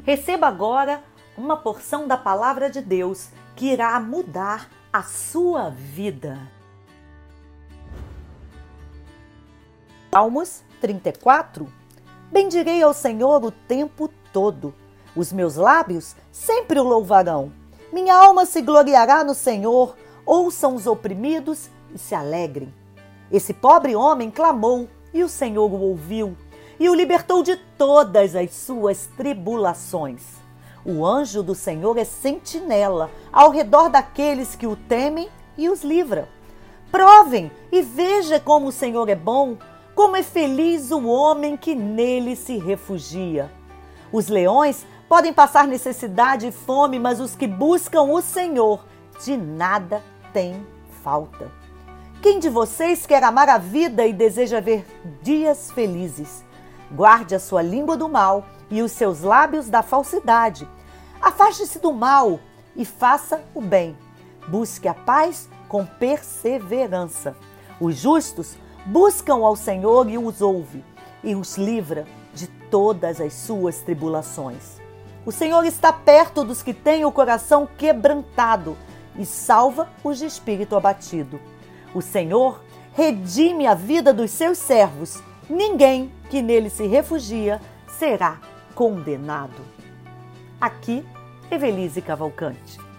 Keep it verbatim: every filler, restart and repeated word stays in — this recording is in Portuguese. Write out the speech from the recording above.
Receba agora uma porção da Palavra de Deus que irá mudar a sua vida. Salmos trinta e quatro. Bendirei ao Senhor o tempo todo. Os meus lábios sempre o louvarão. Minha alma se gloriará no Senhor. Ouçam os oprimidos e se alegrem. Esse pobre homem clamou e o Senhor o ouviu e o libertou de todas as suas tribulações. O anjo do Senhor é sentinela ao redor daqueles que o temem e os livra. Provem e veja como o Senhor é bom, como é feliz o homem que nele se refugia. Os leões podem passar necessidade e fome, mas os que buscam o Senhor de nada têm falta. Quem de vocês quer amar a vida e deseja ver dias felizes? Guarde a sua língua do mal e os seus lábios da falsidade. Afaste-se do mal e faça o bem. Busque a paz com perseverança. Os justos buscam ao Senhor e os ouve, e os livra de todas as suas tribulações. O Senhor está perto dos que têm o coração quebrantado e salva os de espírito abatido. O Senhor redime a vida dos seus servos. Ninguém que nele se refugia será condenado. Aqui, Evelise Cavalcante.